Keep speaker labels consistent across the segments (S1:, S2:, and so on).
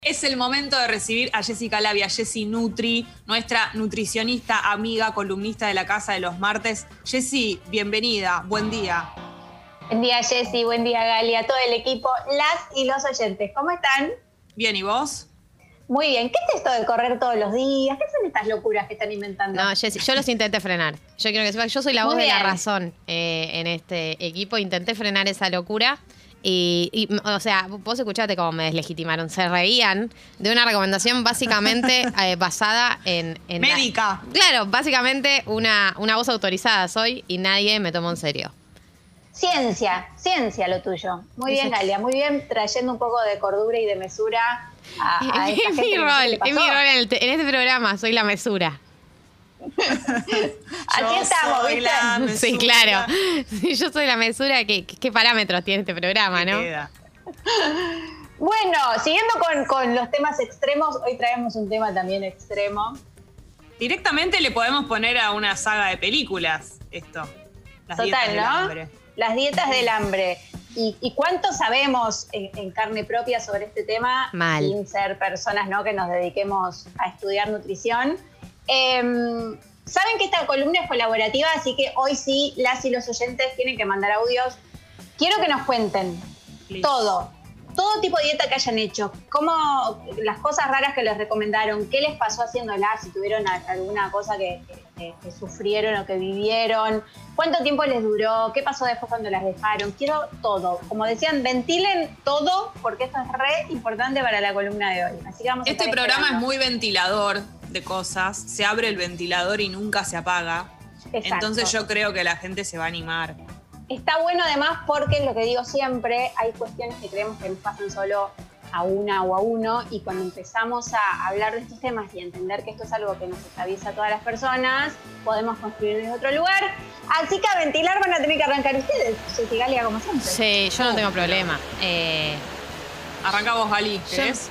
S1: Es el momento de recibir a Jessica Labia, Jessi Nutri, nuestra nutricionista, amiga, columnista de la Casa de los Martes. Jessi, bienvenida, buen día.
S2: Buen día, Jessi, buen día, Gali, a todo el equipo, las y los oyentes. ¿Cómo están?
S1: Bien, ¿y vos?
S2: Muy bien. ¿Qué es esto de correr todos los días? ¿Qué son estas locuras que están inventando?
S3: No, Jessi, yo los intenté frenar. Yo quiero que sepa que yo soy la voz de la razón en este equipo. Intenté frenar esa locura. O sea, vos escuchaste cómo me deslegitimaron. Se reían de una recomendación básicamente basada en
S1: médica.
S3: Claro, básicamente una voz autorizada soy y nadie me tomó en serio.
S2: Ciencia lo tuyo. Muy bien, Galia, muy bien, trayendo un poco de cordura y de mesura a esta gente.
S3: Es mi rol en este programa, soy la mesura.
S2: Aquí estamos, ¿viste?
S3: Sí, claro. Sí, yo soy la mesura. ¿Qué parámetros tiene este programa, no?
S2: Bueno, siguiendo con los temas extremos, hoy traemos un tema también extremo.
S1: Directamente le podemos poner a una saga de películas esto. Las dietas del hambre.
S2: Las dietas del hambre. ¿Y cuánto sabemos en carne propia sobre este tema?
S3: Mal.
S2: Sin ser personas, ¿no?, que nos dediquemos a estudiar nutrición. Saben que esta columna es colaborativa, así que hoy sí, las y los oyentes tienen que mandar audios. Quiero que nos cuenten todo tipo de dieta que hayan hecho, cómo, las cosas raras que les recomendaron, qué les pasó haciéndolas, si tuvieron alguna cosa que sufrieron o que vivieron, cuánto tiempo les duró, qué pasó después cuando las dejaron. Quiero todo. Como decían, ventilen todo porque esto es re importante para la columna de hoy. Así que vamos a
S1: este programa es muy ventilador de cosas, se abre el ventilador y nunca se apaga. Exacto. Entonces yo creo que la gente se va a animar.
S2: Está bueno además porque es lo que digo siempre, hay cuestiones que creemos que nos pasan solo a una o a uno, y cuando empezamos a hablar de estos temas y a entender que esto es algo que nos atraviesa a todas las personas, podemos construir desde otro lugar. Así que a ventilar van a tener que arrancar ustedes, Jessi, Galia, como siempre.
S3: Sí, yo no tengo problema.
S1: Arranca vos, Gali, ¿qué es?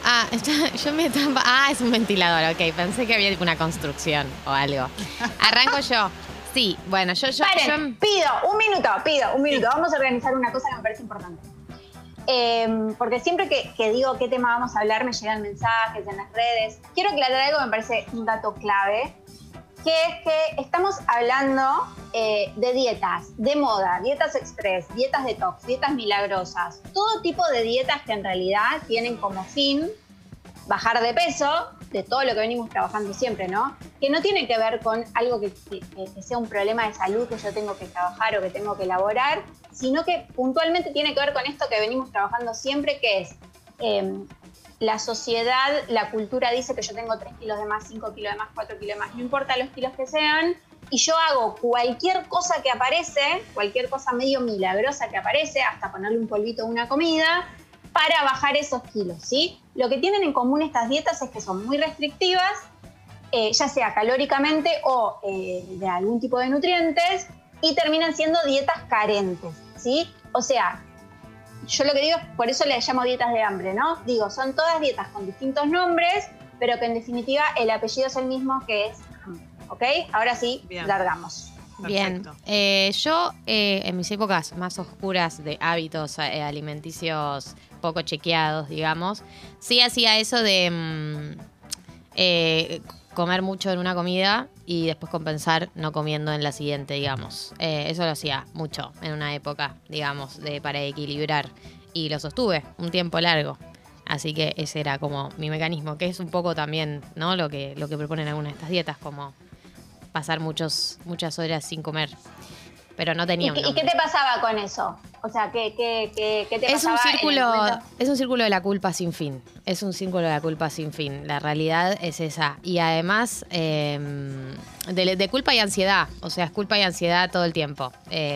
S3: Es un ventilador, ok. Pensé que había tipo una construcción o algo. Arranco yo. Sí, bueno,
S2: Paren, pido un minuto. Vamos a organizar una cosa que me parece importante. Porque siempre que digo qué tema vamos a hablar, me llegan mensajes en las redes. Quiero aclarar algo que me parece un dato clave, que es que estamos hablando de dietas de moda, dietas express, dietas detox, dietas milagrosas, todo tipo de dietas que en realidad tienen como fin bajar de peso, de todo lo que venimos trabajando siempre, ¿no? Que no tiene que ver con algo que sea un problema de salud que yo tengo que trabajar o que tengo que elaborar, sino que puntualmente tiene que ver con esto que venimos trabajando siempre, que es la sociedad, la cultura dice que yo tengo 3 kilos de más, 5 kilos de más, 4 kilos de más, no importa los kilos que sean, y yo hago cualquier cosa que aparece, cualquier cosa medio milagrosa que aparece, hasta ponerle un polvito a una comida, para bajar esos kilos, ¿sí? Lo que tienen en común estas dietas es que son muy restrictivas, ya sea calóricamente o de algún tipo de nutrientes, y terminan siendo dietas carentes, ¿sí? O sea, yo lo que digo es, por eso les llamo dietas de hambre, ¿no? Digo, son todas dietas con distintos nombres, pero que en definitiva el apellido es el mismo, que es hambre, ¿ok? Ahora sí, bien. Largamos.
S3: Bien, yo en mis épocas más oscuras de hábitos alimenticios poco chequeados, digamos, sí hacía eso de comer mucho en una comida y después compensar no comiendo en la siguiente, digamos. Eso lo hacía mucho en una época, digamos, para equilibrar, y lo sostuve un tiempo largo. Así que ese era como mi mecanismo, que es un poco también, ¿no?, lo que proponen algunas de estas dietas, como pasar muchas horas sin comer, pero no tenía un nombre.
S2: ¿Y qué te pasaba con eso? O sea, ¿qué te pasaba?
S3: Es un círculo de la culpa sin fin. Es un círculo de la culpa sin fin. La realidad es esa. Y además, de culpa y ansiedad. O sea, es culpa y ansiedad todo el tiempo.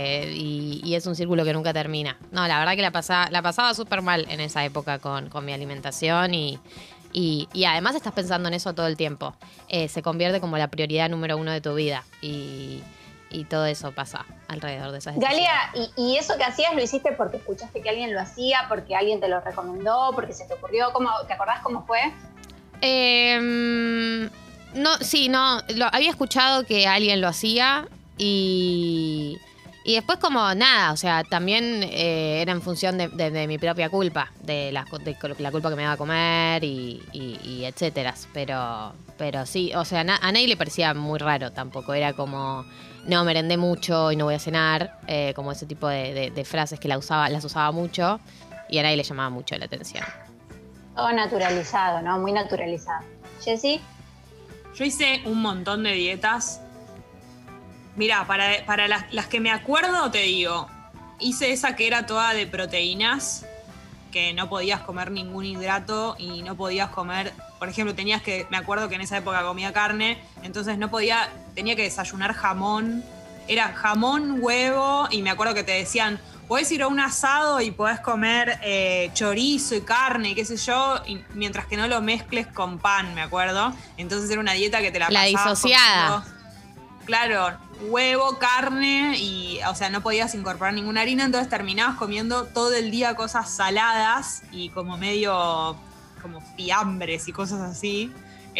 S3: Y es un círculo que nunca termina. No, la verdad que la pasaba súper mal en esa época con mi alimentación y además estás pensando en eso todo el tiempo. Se convierte como la prioridad número 1 de tu vida. Y todo eso pasa alrededor de esas decisiones.
S2: Galia, ¿y eso que hacías lo hiciste porque escuchaste que alguien lo hacía, porque alguien te lo recomendó, porque se te ocurrió? ¿Te acordás cómo fue?
S3: No, había escuchado que alguien lo hacía y Y después como nada, o sea, también era en función de mi propia culpa, de la culpa que me daba a comer y etcétera. Pero sí, o sea, a nadie le parecía muy raro tampoco. Era como, no, merendé mucho y no voy a cenar, como ese tipo de frases que las usaba mucho y a nadie le llamaba mucho la atención.
S2: Todo naturalizado, ¿no? Muy naturalizado. ¿Jessy?
S1: Yo hice un montón de dietas. Mirá, para las que me acuerdo, te digo, hice esa que era toda de proteínas, que no podías comer ningún hidrato y no podías comer, por ejemplo, me acuerdo que en esa época comía carne, entonces tenía que desayunar jamón, era jamón, huevo, y me acuerdo que te decían, podés ir a un asado y podés comer chorizo y carne y qué sé yo, y mientras que no lo mezcles con pan, me acuerdo. Entonces era una dieta que te la pasabas
S3: disociada.
S1: Claro, huevo, carne y, o sea, no podías incorporar ninguna harina, entonces terminabas comiendo todo el día cosas saladas y como medio, como fiambres y cosas así.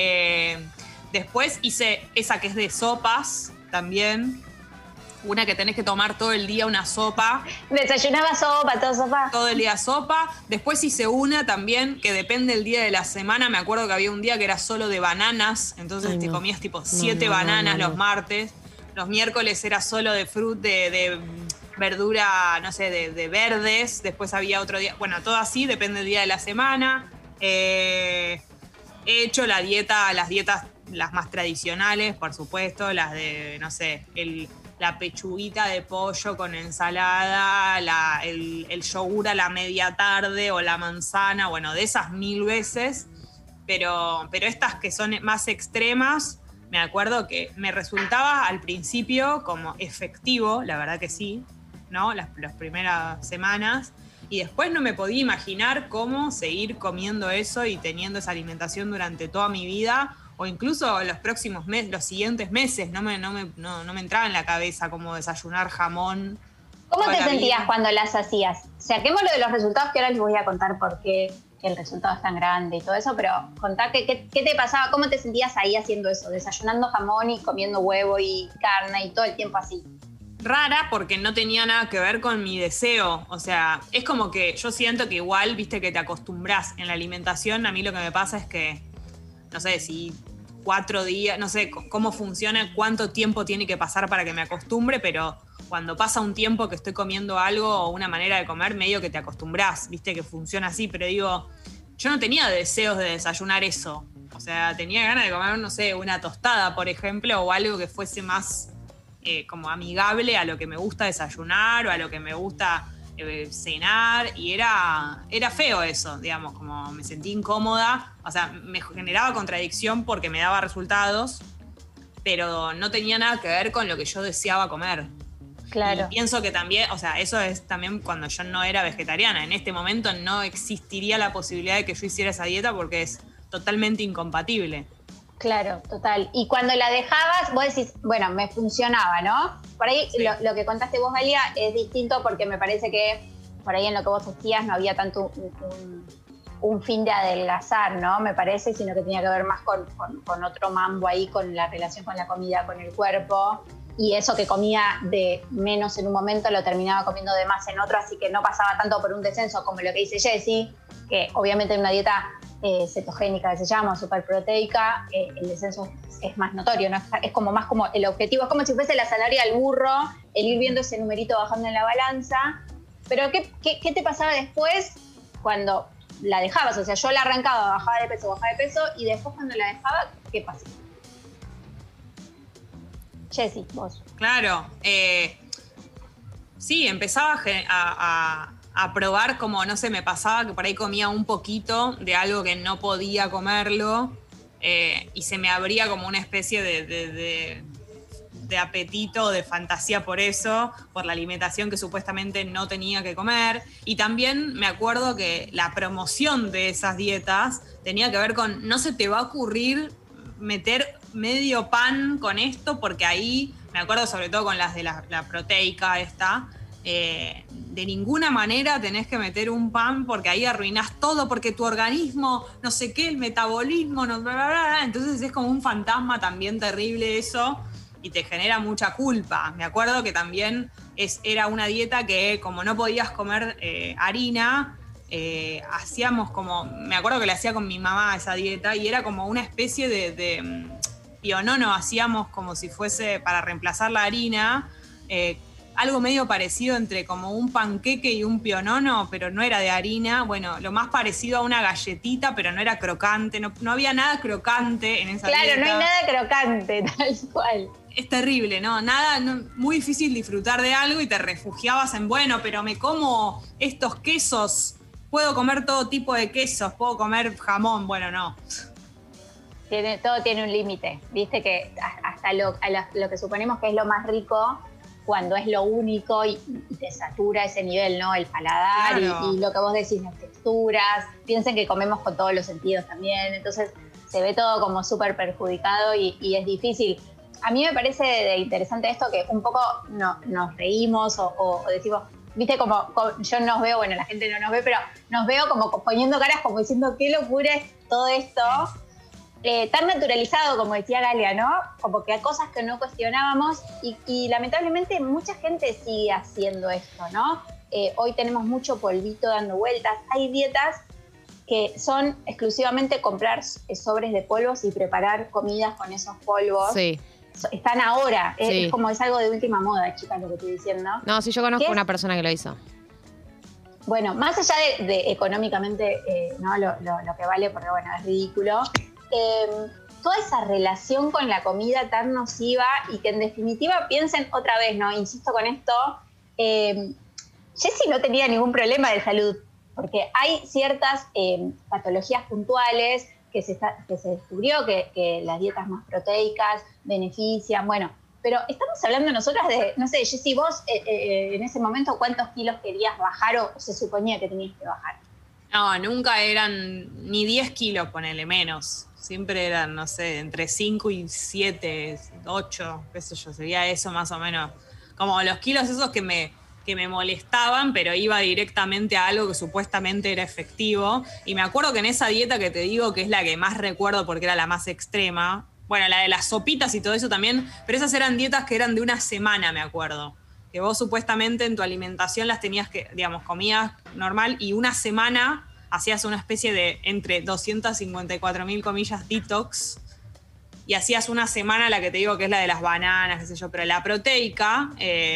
S1: Después hice esa que es de sopas también, una que tenés que tomar todo el día una sopa.
S2: Desayunaba sopa, todo sopa.
S1: Todo el día sopa. Después hice una también que depende del día de la semana. Me acuerdo que había un día que era solo de bananas. Entonces te comías tipo 7 bananas los martes. Los miércoles era solo de de verdura, no sé, de verdes. Después había otro día. Bueno, todo así, depende del día de la semana. He hecho las dietas las más tradicionales, por supuesto. Las de, no sé, la pechuguita de pollo con ensalada, el yogur a la media tarde o la manzana, bueno, de esas 1000 veces, pero estas que son más extremas, me acuerdo que me resultaba al principio como efectivo, la verdad que sí, ¿no? Las primeras semanas, y después no me podía imaginar cómo seguir comiendo eso y teniendo esa alimentación durante toda mi vida, o incluso los próximos meses, los siguientes meses, no me entraba en la cabeza como desayunar jamón.
S2: ¿Cómo te sentías cuando las hacías? Saquemos lo de los resultados, que ahora les voy a contar por qué el resultado es tan grande y todo eso, pero contá qué te pasaba, cómo te sentías ahí haciendo eso, desayunando jamón y comiendo huevo y carne y todo el tiempo así.
S1: Rara, porque no tenía nada que ver con mi deseo. O sea, es como que yo siento que igual, viste, que te acostumbras en la alimentación. A mí lo que me pasa es que, no sé, si 4 días, no sé cómo funciona, cuánto tiempo tiene que pasar para que me acostumbre, pero cuando pasa un tiempo que estoy comiendo algo o una manera de comer, medio que te acostumbras, viste, que funciona así. Pero digo, yo no tenía deseos de desayunar eso. O sea, tenía ganas de comer, no sé, una tostada, por ejemplo, o algo que fuese más como amigable a lo que me gusta desayunar o a lo que me gusta cenar, y era feo eso, digamos, como me sentí incómoda, o sea, me generaba contradicción porque me daba resultados, pero no tenía nada que ver con lo que yo deseaba comer.
S2: Claro.
S1: Y pienso que también, o sea, eso es también cuando yo no era vegetariana. En este momento no existiría la posibilidad de que yo hiciera esa dieta porque es totalmente incompatible.
S2: Claro, total. Y cuando la dejabas, vos decís, bueno, me funcionaba, ¿no? Por ahí sí. Lo que contaste vos, Galia, es distinto porque me parece que por ahí en lo que vos decías no había tanto un fin de adelgazar, ¿no? Me parece, sino que tenía que ver más con otro mambo ahí, con la relación con la comida, con el cuerpo. Y eso que comía de menos en un momento lo terminaba comiendo de más en otro, así que no pasaba tanto por un descenso como lo que dice Jessy, que obviamente en una dieta cetogénica que se llama, superproteica, el descenso es más notorio, ¿no? Es como más como el objetivo, es como si fuese la zanahoria al burro, el ir viendo ese numerito bajando en la balanza. Pero ¿qué te pasaba después cuando la dejabas? O sea, yo la arrancaba, bajaba de peso, y después cuando la dejaba, ¿qué pasó? Jessy, vos.
S1: Claro, sí, empezaba a probar como, no sé, me pasaba que por ahí comía un poquito de algo que no podía comerlo, y se me abría como una especie de apetito, de fantasía por eso, por la alimentación que supuestamente no tenía que comer. Y también me acuerdo que la promoción de esas dietas tenía que ver con, no se te va a ocurrir meter medio pan con esto, porque ahí, me acuerdo sobre todo con las de la proteica esta, de ninguna manera tenés que meter un pan porque ahí arruinás todo, porque tu organismo, no sé qué, el metabolismo, no, bla, bla, bla. Entonces es como un fantasma también terrible eso. y te genera mucha culpa. Me acuerdo que también era una dieta que como no podías comer harina, hacíamos como, me acuerdo que la hacía con mi mamá esa dieta y era como una especie de pionono, hacíamos como si fuese para reemplazar la harina, algo medio parecido entre como un panqueque y un pionono, pero no era de harina, bueno, lo más parecido a una galletita, pero no era crocante, no había nada crocante en esa dieta.
S2: Claro, no hay nada crocante, tal cual.
S1: Es terrible, ¿no? Muy difícil disfrutar de algo y te refugiabas en, bueno, pero me como estos quesos, puedo comer todo tipo de quesos, puedo comer jamón, bueno, no.
S2: Todo tiene un límite, viste que hasta lo que suponemos que es lo más rico, cuando es lo único y te satura ese nivel, ¿no? El paladar, claro. y lo que vos decís, las texturas, piensen que comemos con todos los sentidos también, entonces se ve todo como súper perjudicado y es difícil. A mí me parece interesante esto que un poco nos reímos o decimos, viste como yo nos veo, bueno, la gente no nos ve, pero nos veo como poniendo caras como diciendo qué locura es todo esto. Tan naturalizado, como decía Galia, ¿no? Como que hay cosas que no cuestionábamos y lamentablemente mucha gente sigue haciendo esto, ¿no? Hoy tenemos mucho polvito dando vueltas. Hay dietas que son exclusivamente comprar sobres de polvos y preparar comidas con esos polvos.
S3: Sí.
S2: Están ahora.
S3: Sí.
S2: Es como es algo de última moda, chicas, lo que estoy diciendo.
S3: No, sí, yo conozco una persona que lo hizo.
S2: Bueno, más allá de económicamente, ¿no? Lo que vale, porque bueno, es ridículo. Toda esa relación con la comida tan nociva y que en definitiva piensen otra vez, ¿no? Insisto con esto, Jessie no tenía ningún problema de salud, porque hay ciertas patologías puntuales que se descubrió que las dietas más proteicas benefician, bueno, pero estamos hablando nosotras de, no sé, Jessie, vos en ese momento, ¿cuántos kilos querías bajar o se suponía que tenías que bajar?
S1: No, nunca eran ni 10 kilos, ponele, menos. Siempre eran, no sé, entre 5 y 7, 8, qué sé yo, sería eso más o menos. Como los kilos esos que me molestaban, pero iba directamente a algo que supuestamente era efectivo. Y me acuerdo que en esa dieta que te digo, que es la que más recuerdo porque era la más extrema, bueno, la de las sopitas y todo eso también, pero esas eran dietas que eran de una semana, me acuerdo. Que vos supuestamente en tu alimentación las tenías que, digamos, comías normal y una semana hacías una especie de entre 254.000 comillas detox y hacías una semana la que te digo que es la de las bananas, qué sé yo, pero la proteica,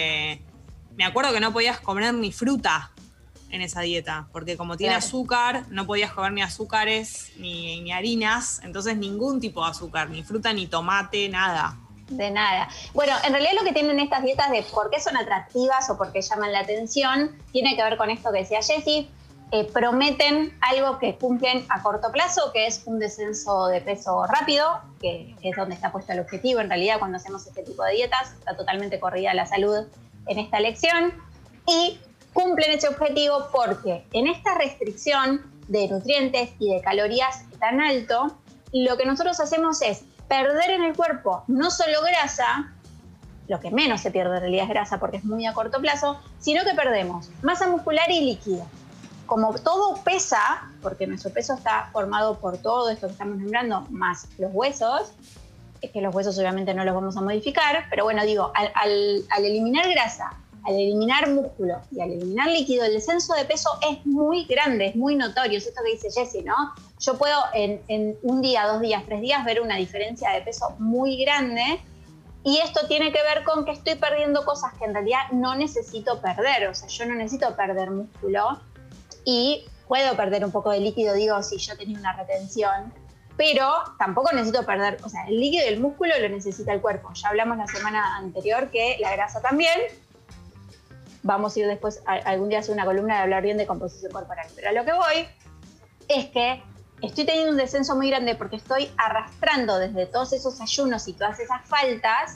S1: me acuerdo que no podías comer ni fruta en esa dieta, porque como tiene azúcar, no podías comer ni azúcares ni harinas, entonces ningún tipo de azúcar, ni fruta, ni tomate, nada.
S2: De nada. Bueno, en realidad lo que tienen estas dietas de por qué son atractivas o por qué llaman la atención tiene que ver con esto que decía Jessie. Prometen algo que cumplen a corto plazo, que es un descenso de peso rápido, que es donde está puesto el objetivo. En realidad, cuando hacemos este tipo de dietas, está totalmente corrida la salud en esta elección. Y cumplen ese objetivo porque en esta restricción de nutrientes y de calorías tan alto, lo que nosotros hacemos es perder en el cuerpo no solo grasa, lo que menos se pierde en realidad es grasa porque es muy a corto plazo, sino que perdemos masa muscular y líquido. Como todo pesa, porque nuestro peso está formado por todo esto que estamos nombrando, más los huesos, es que los huesos obviamente no los vamos a modificar, pero bueno, digo, al eliminar grasa, al eliminar músculo y al eliminar líquido, el descenso de peso es muy grande, es muy notorio. Es esto que dice Jessie, ¿no? Yo puedo en un día, 2 días, 3 días ver una diferencia de peso muy grande y esto tiene que ver con que estoy perdiendo cosas que en realidad no necesito perder. O sea, yo no necesito perder músculo y puedo perder un poco de líquido, digo, si yo tenía una retención, pero tampoco necesito perder, o sea, el líquido y el músculo lo necesita el cuerpo. Ya hablamos la semana anterior que la grasa también. Vamos a ir después, algún día a hacer una columna de hablar bien de composición corporal. Pero a lo que voy es que estoy teniendo un descenso muy grande porque estoy arrastrando desde todos esos ayunos y todas esas faltas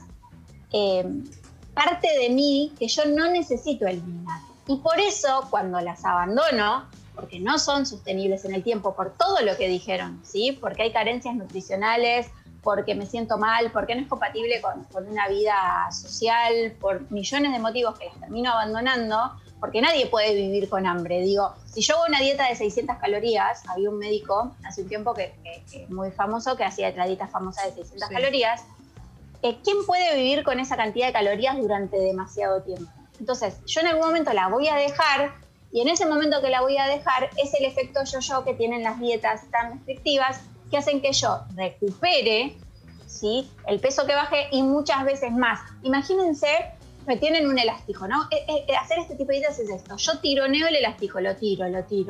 S2: parte de mí que yo no necesito eliminar. Y por eso, cuando las abandono, porque no son sostenibles en el tiempo, por todo lo que dijeron, ¿sí? Porque hay carencias nutricionales, porque me siento mal, porque no es compatible con una vida social, por millones de motivos que las termino abandonando, porque nadie puede vivir con hambre. Digo, si yo hago una dieta de 600 calorías, había un médico hace un tiempo que muy famoso que hacía la dieta famosa de 600 calorías, ¿quién puede vivir con esa cantidad de calorías durante demasiado tiempo? Entonces, yo en algún momento la voy a dejar, y en ese momento que la voy a dejar es el efecto yo-yo que tienen las dietas tan restrictivas, que hacen que yo recupere, ¿sí?, el peso que bajé y muchas veces más. Imagínense, me tienen un elástico, ¿no? Hacer este tipo de dietas es esto. Yo tironeo el elástico, lo tiro,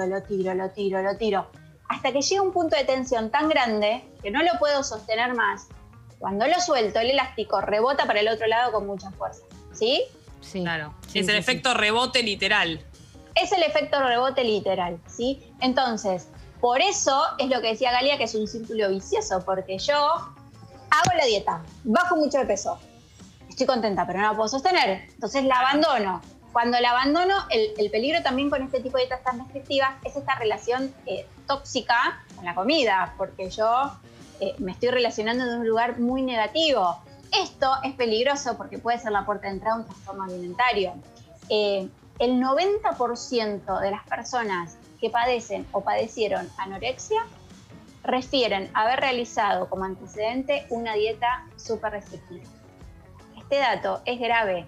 S2: hasta que llega un punto de tensión tan grande que no lo puedo sostener más. Cuando lo suelto, el elástico rebota para el otro lado con mucha fuerza, ¿sí?
S3: Sí.
S1: Claro.
S3: Sí,
S1: es el efecto rebote literal.
S2: Es el efecto rebote literal, ¿sí? Entonces, por eso es lo que decía Galia, que es un círculo vicioso, porque yo hago la dieta, bajo mucho de peso, estoy contenta, pero no la puedo sostener, entonces la abandono. Cuando la abandono, el peligro también con este tipo de dietas tan restrictivas es esta relación tóxica con la comida, porque yo me estoy relacionando de un lugar muy negativo. Esto es peligroso porque puede ser la puerta de entrada a un trastorno alimentario. El 90% de las personas que padecen o padecieron anorexia refieren haber realizado como antecedente una dieta súper restrictiva. Este dato es grave.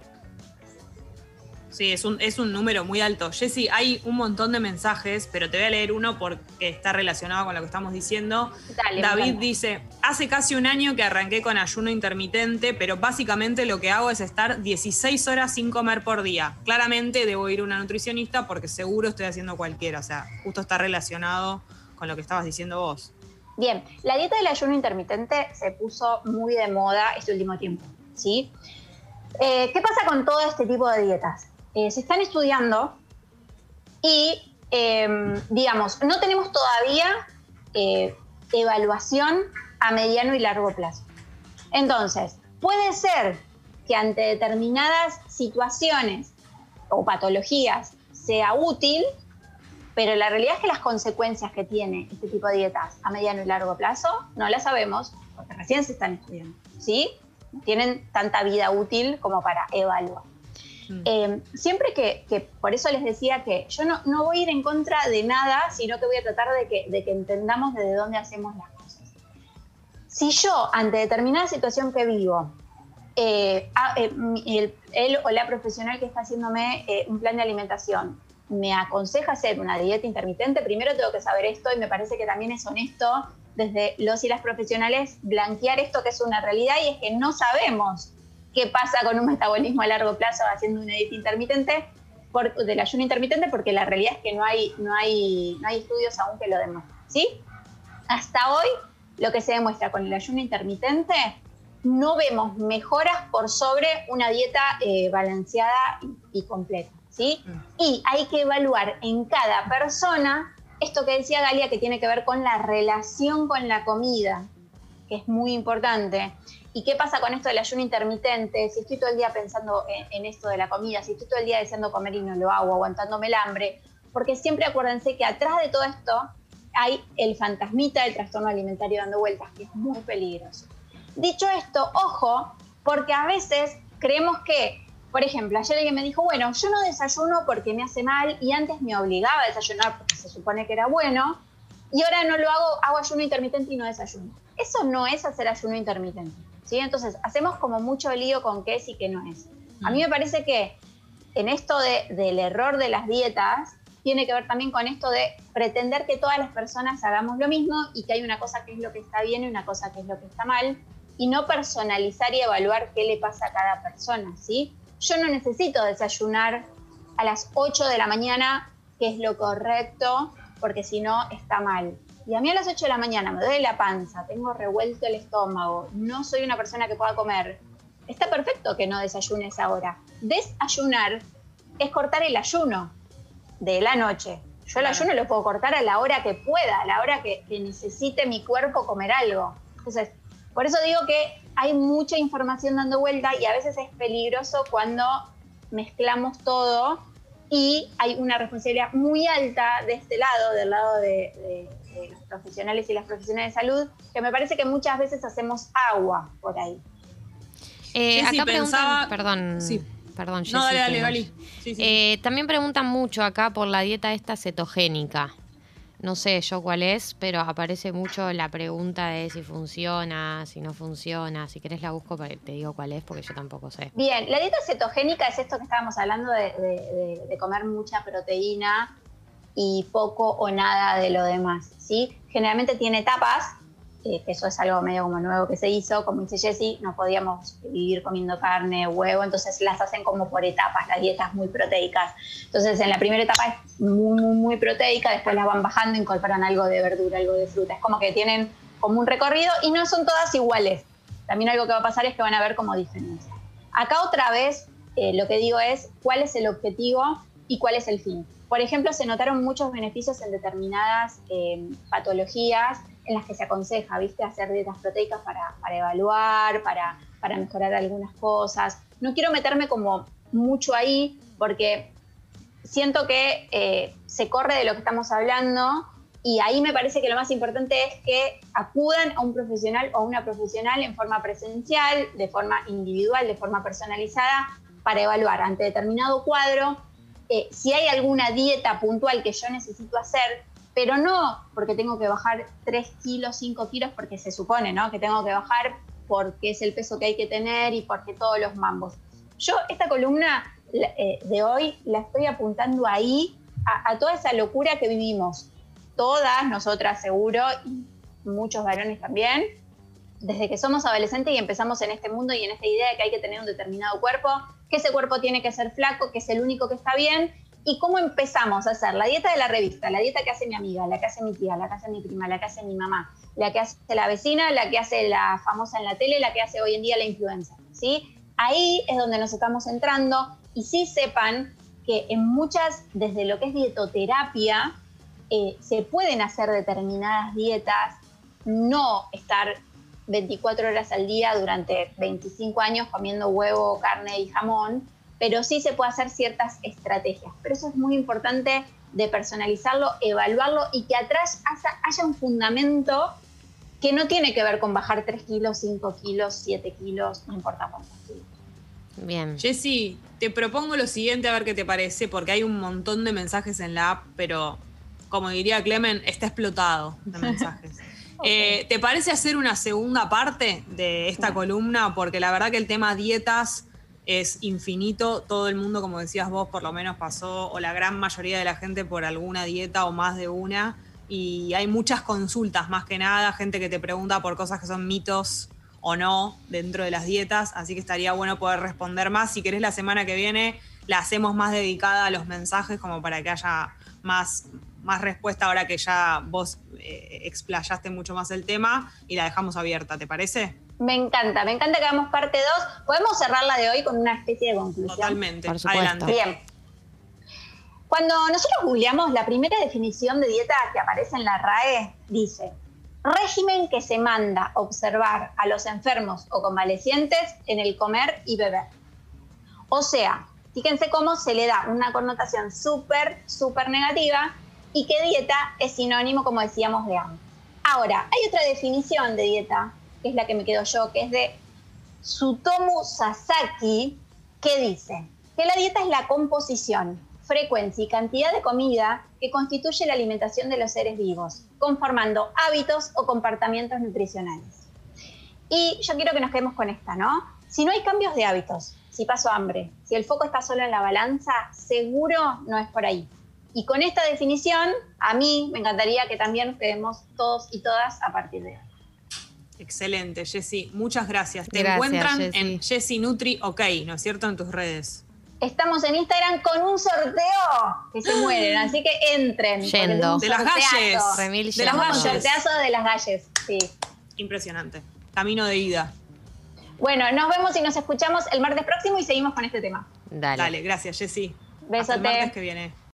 S1: Sí, es un número muy alto. Jessy, hay un montón de mensajes, pero te voy a leer uno porque está relacionado con lo que estamos diciendo.
S2: Dale,
S1: David dice, hace casi un año que arranqué con ayuno intermitente, pero básicamente lo que hago es estar 16 horas sin comer por día. Claramente debo ir a una nutricionista porque seguro estoy haciendo cualquiera. O sea, justo está relacionado con lo que estabas diciendo vos.
S2: Bien, la dieta del ayuno intermitente se puso muy de moda este último tiempo, ¿sí? ¿Qué pasa con todo este tipo de dietas? Se están estudiando y, digamos, no tenemos todavía evaluación a mediano y largo plazo. Entonces, puede ser que ante determinadas situaciones o patologías sea útil, pero la realidad es que las consecuencias que tiene este tipo de dietas a mediano y largo plazo no las sabemos porque recién se están estudiando, ¿sí? No tienen tanta vida útil como para evaluar. Siempre que, por eso les decía que yo no voy a ir en contra de nada, sino que voy a tratar de que entendamos desde dónde hacemos las cosas. Si yo, ante determinada situación que vivo, él o la profesional que está haciéndome un plan de alimentación me aconseja hacer una dieta intermitente, primero tengo que saber esto y me parece que también es honesto desde los y las profesionales blanquear esto que es una realidad y es que no sabemos qué pasa con un metabolismo a largo plazo haciendo una dieta intermitente, del ayuno intermitente, porque la realidad es que no hay estudios aún que lo demuestren, ¿sí? Hasta hoy, lo que se demuestra con el ayuno intermitente, no vemos mejoras por sobre una dieta balanceada y completa, ¿sí? Y hay que evaluar en cada persona esto que decía Galia, que tiene que ver con la relación con la comida, que es muy importante. ¿Y qué pasa con esto del ayuno intermitente? Si estoy todo el día pensando en esto de la comida, si estoy todo el día deseando comer y no lo hago, aguantándome el hambre, porque siempre acuérdense que atrás de todo esto hay el fantasmita del trastorno alimentario dando vueltas, que es muy peligroso. Dicho esto, ojo, porque a veces creemos que, por ejemplo, ayer alguien me dijo, bueno, yo no desayuno porque me hace mal y antes me obligaba a desayunar porque se supone que era bueno y ahora no lo hago ayuno intermitente y no desayuno. Eso no es hacer ayuno intermitente, ¿sí? Entonces, hacemos como mucho lío con qué es y qué no es. A mí me parece que en esto del error de las dietas tiene que ver también con esto de pretender que todas las personas hagamos lo mismo y que hay una cosa que es lo que está bien y una cosa que es lo que está mal y no personalizar y evaluar qué le pasa a cada persona, ¿sí? Yo no necesito desayunar a las 8 de la mañana, que es lo correcto, porque si no está mal. Y a mí a las 8 de la mañana me duele la panza, tengo revuelto el estómago, no soy una persona que pueda comer. Está perfecto que no desayunes ahora. Desayunar es cortar el ayuno de la noche. Yo el ayuno lo puedo cortar a la hora que pueda, a la hora que necesite mi cuerpo comer algo. Entonces, por eso digo que hay mucha información dando vuelta y a veces es peligroso cuando mezclamos todo y hay una responsabilidad muy alta de este lado, del lado de los profesionales y las profesionales de salud, que me parece que muchas veces hacemos agua por ahí.
S3: Acá
S1: pensaba...
S3: preguntan,
S1: Sí.
S3: perdón, Jessy,
S1: No, dale, Gali. Sí.
S3: También preguntan mucho acá por la dieta esta cetogénica. no sé yo cuál es, pero aparece mucho la pregunta de si funciona, si no funciona. Si querés la busco, te digo cuál es, porque yo tampoco sé.
S2: Bien, la dieta cetogénica es esto que estábamos hablando de comer mucha proteína y poco o nada de lo demás, ¿sí? Generalmente tiene etapas, que eso es algo medio como nuevo que se hizo. Como dice Jessy, no podíamos vivir comiendo carne, huevo, entonces las hacen como por etapas, las dietas muy proteicas. Entonces en la primera etapa es muy proteica, después las van bajando, incorporan algo de verdura, algo de fruta. Es como que tienen como un recorrido y no son todas iguales. También algo que va a pasar es que van a ver como diferencias. Acá otra vez lo que digo es cuál es el objetivo y cuál es el fin. Por ejemplo, se notaron muchos beneficios en determinadas patologías en las que se aconseja, ¿viste? Hacer dietas proteicas para evaluar, para mejorar algunas cosas. No quiero meterme como mucho ahí porque siento que se corre de lo que estamos hablando y ahí me parece que lo más importante es que acudan a un profesional o a una profesional en forma presencial, de forma individual, de forma personalizada, para evaluar ante determinado cuadro si hay alguna dieta puntual que yo necesito hacer, pero no porque tengo que bajar 3 kilos, 5 kilos, porque se supone, ¿no?, que tengo que bajar porque es el peso que hay que tener y porque todos los mambos. Yo esta columna de hoy la estoy apuntando ahí a toda esa locura que vivimos, todas nosotras seguro, y muchos varones también, desde que somos adolescentes y empezamos en este mundo y en esta idea de que hay que tener un determinado cuerpo, que ese cuerpo tiene que ser flaco, que es el único que está bien, y cómo empezamos a hacer la dieta de la revista, la dieta que hace mi amiga, la que hace mi tía, la que hace mi prima, la que hace mi mamá, la que hace la vecina, la que hace la famosa en la tele, la que hace hoy en día la influencer, ¿sí? Ahí es donde nos estamos entrando, y sí sepan que en muchas, desde lo que es dietoterapia, se pueden hacer determinadas dietas, no estar 24 horas al día durante 25 años comiendo huevo, carne y jamón, pero sí se puede hacer ciertas estrategias. Pero eso es muy importante de personalizarlo, evaluarlo y que atrás haya un fundamento que no tiene que ver con bajar 3 kilos, 5 kilos, 7 kilos, no importa cuántos kilos.
S3: Bien.
S1: Jessy, te propongo lo siguiente, a ver qué te parece, porque hay un montón de mensajes en la app, pero como diría Clemen, está explotado de mensajes. Okay. ¿Te parece hacer una segunda parte de esta columna? Porque la verdad que el tema dietas es infinito. Todo el mundo, como decías vos, por lo menos pasó, o la gran mayoría de la gente, por alguna dieta o más de una. Y hay muchas consultas, más que nada, gente que te pregunta por cosas que son mitos o no dentro de las dietas. Así que estaría bueno poder responder más. Si querés, la semana que viene la hacemos más dedicada a los mensajes, como para que haya más respuesta ahora que ya vos explayaste mucho más el tema, y la dejamos abierta, ¿te parece?
S2: Me encanta que hagamos parte 2. ¿Podemos cerrarla de hoy con una especie de conclusión?
S1: Totalmente,
S3: por supuesto.
S1: Adelante.
S2: Bien. Cuando nosotros googleamos, la primera definición de dieta que aparece en la RAE dice: régimen que se manda observar a los enfermos o convalecientes en el comer y beber. O sea, fíjense cómo se le da una connotación súper negativa, y que dieta es sinónimo, como decíamos, de hambre. Ahora, hay otra definición de dieta, que es la que me quedo yo, que es de Tsutomu Sasaki, que dice que la dieta es la composición, frecuencia y cantidad de comida que constituye la alimentación de los seres vivos, conformando hábitos o comportamientos nutricionales. Y yo quiero que nos quedemos con esta, ¿no? Si no hay cambios de hábitos, si paso hambre, si el foco está solo en la balanza, seguro no es por ahí. Y con esta definición, a mí me encantaría que también nos quedemos todos y todas a partir de hoy.
S1: Excelente, Jessy. Muchas gracias. Te
S3: Gracias,
S1: encuentran
S3: Jessy.
S1: en Jessy Nutri OK, ¿no es cierto? En tus redes.
S2: Estamos en Instagram con un sorteo que se mueren, así que entren.
S3: Yendo.
S1: De las galles.
S3: Remil
S1: De las
S3: yendo.
S2: Un
S1: galles.
S2: sorteazo de las galles, sí.
S1: Impresionante. Camino de ida.
S2: Bueno, nos vemos y nos escuchamos el martes próximo y seguimos con este tema.
S3: Dale.
S1: Dale, gracias, Jessy. Hasta el
S2: Besote.
S1: martes que viene.